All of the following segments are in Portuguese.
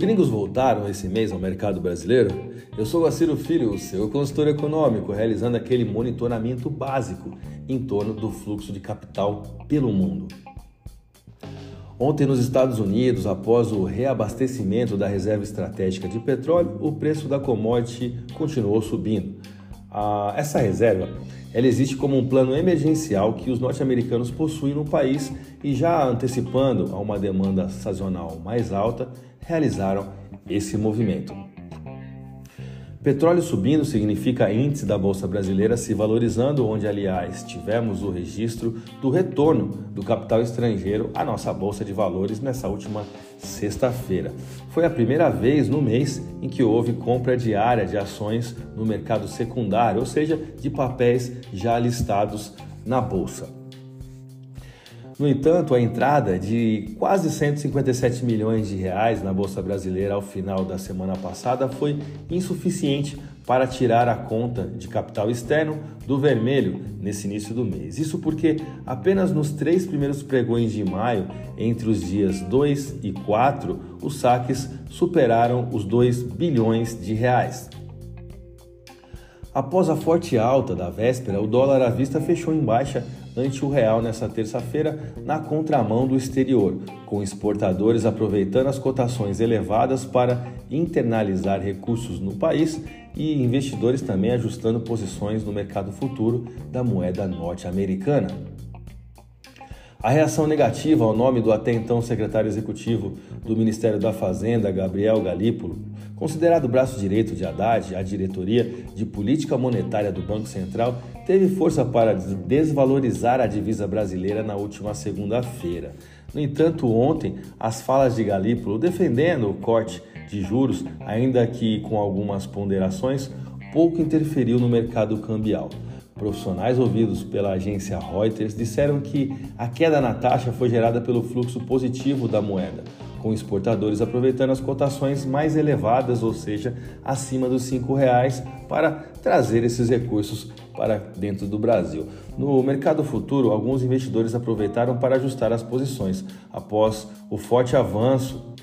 gringos voltaram esse mês ao mercado brasileiro? Eu sou Guaciro Filho, seu consultor econômico, realizando aquele monitoramento básico em torno do fluxo de capital pelo mundo. Ontem, nos Estados Unidos, após o reabastecimento da reserva estratégica de petróleo, o preço da commodity continuou subindo. Essa reserva ela existe como um plano emergencial que os norte-americanos possuem no país e, já antecipando a uma demanda sazonal mais alta, realizaram esse movimento. Petróleo subindo significa índice da Bolsa Brasileira se valorizando, onde, aliás, tivemos o registro do retorno do capital estrangeiro à nossa Bolsa de Valores nessa última sexta-feira. Foi a primeira vez no mês em que houve compra diária de ações no mercado secundário, ou seja, de papéis já listados na Bolsa. No entanto, a entrada de quase 157 milhões de reais na Bolsa Brasileira ao final da semana passada foi insuficiente para tirar a conta de capital externo do vermelho nesse início do mês. Isso porque apenas nos 3 primeiros pregões de maio, entre os dias 2 e 4, os saques superaram os 2 bilhões de reais. Após a forte alta da véspera, o dólar à vista fechou em baixa ante o real nesta terça-feira, na contramão do exterior, com exportadores aproveitando as cotações elevadas para internalizar recursos no país e investidores também ajustando posições no mercado futuro da moeda norte-americana. A reação negativa ao nome do até então secretário executivo do Ministério da Fazenda, Gabriel Galípolo, considerado o braço direito de Haddad, a diretoria de política monetária do Banco Central, teve força para desvalorizar a divisa brasileira na última segunda-feira. No entanto, ontem, as falas de Galípolo defendendo o corte de juros, ainda que com algumas ponderações, pouco interferiu no mercado cambial. Profissionais ouvidos pela agência Reuters disseram que a queda na taxa foi gerada pelo fluxo positivo da moeda, com exportadores aproveitando as cotações mais elevadas, ou seja, acima dos R$5, para trazer esses recursos para dentro do Brasil. No mercado futuro, alguns investidores aproveitaram para ajustar as posições após o forte avanço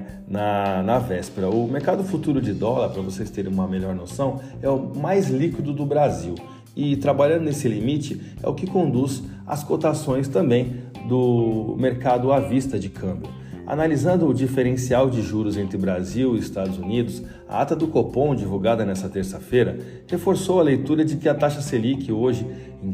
na véspera. O mercado futuro de dólar, para vocês terem uma melhor noção, é o mais líquido do Brasil. E trabalhando nesse limite é o que conduz as cotações também do mercado à vista de câmbio. Analisando o diferencial de juros entre Brasil e Estados Unidos, a ata do Copom, divulgada nesta terça-feira, reforçou a leitura de que a taxa Selic, hoje em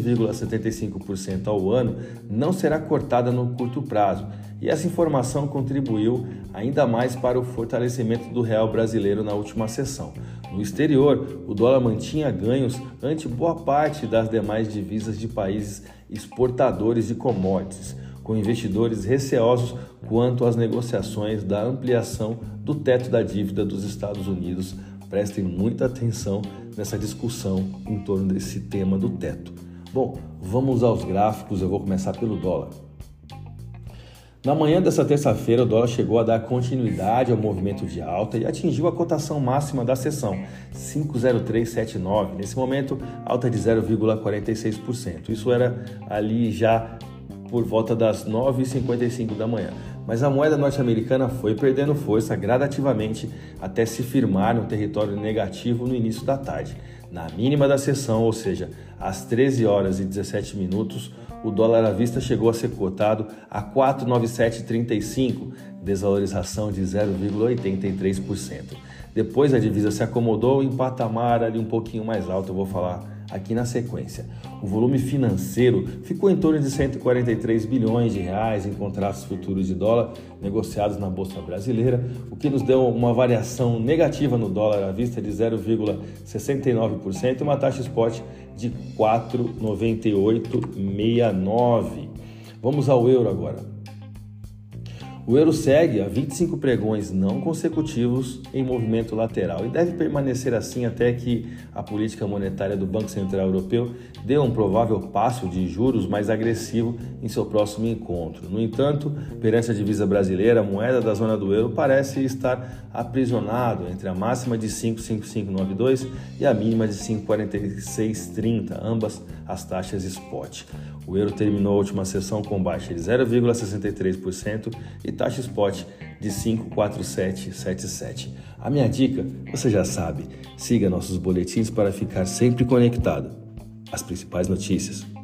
13,75% ao ano, não será cortada no curto prazo. E essa informação contribuiu ainda mais para o fortalecimento do real brasileiro na última sessão. No exterior, o dólar mantinha ganhos ante boa parte das demais divisas de países exportadores de commodities, com investidores receosos quanto às negociações da ampliação do teto da dívida dos Estados Unidos. Prestem muita atenção nessa discussão em torno desse tema do teto. Bom, vamos aos gráficos, eu vou começar pelo dólar. Na manhã dessa terça-feira, o dólar chegou a dar continuidade ao movimento de alta e atingiu a cotação máxima da sessão, 5,0379. Nesse momento, alta de 0,46%. Isso era ali já por volta das 9h55 da manhã. Mas a moeda norte-americana foi perdendo força gradativamente até se firmar no território negativo no início da tarde. Na mínima da sessão, ou seja, às 13h17, o dólar à vista chegou a ser cotado a 4,9735, desvalorização de 0,83%. Depois a divisa se acomodou em patamar ali um pouquinho mais alto, eu vou falar aqui na sequência. O volume financeiro ficou em torno de 143 bilhões de reais em contratos futuros de dólar negociados na Bolsa Brasileira, o que nos deu uma variação negativa no dólar à vista de 0,69% e uma taxa spot de 4,9869. Vamos ao euro agora. O euro segue a 25 pregões não consecutivos em movimento lateral e deve permanecer assim até que a política monetária do Banco Central Europeu dê um provável passo de juros mais agressivo em seu próximo encontro. No entanto, perante a divisa brasileira, a moeda da zona do euro parece estar aprisionado entre a máxima de 5,5592 e a mínima de 5,4630, ambas as taxas spot. O euro terminou a última sessão com baixa de 0,63% e taxa spot de 54777. A minha dica, você já sabe, siga nossos boletins para ficar sempre conectado. As principais notícias.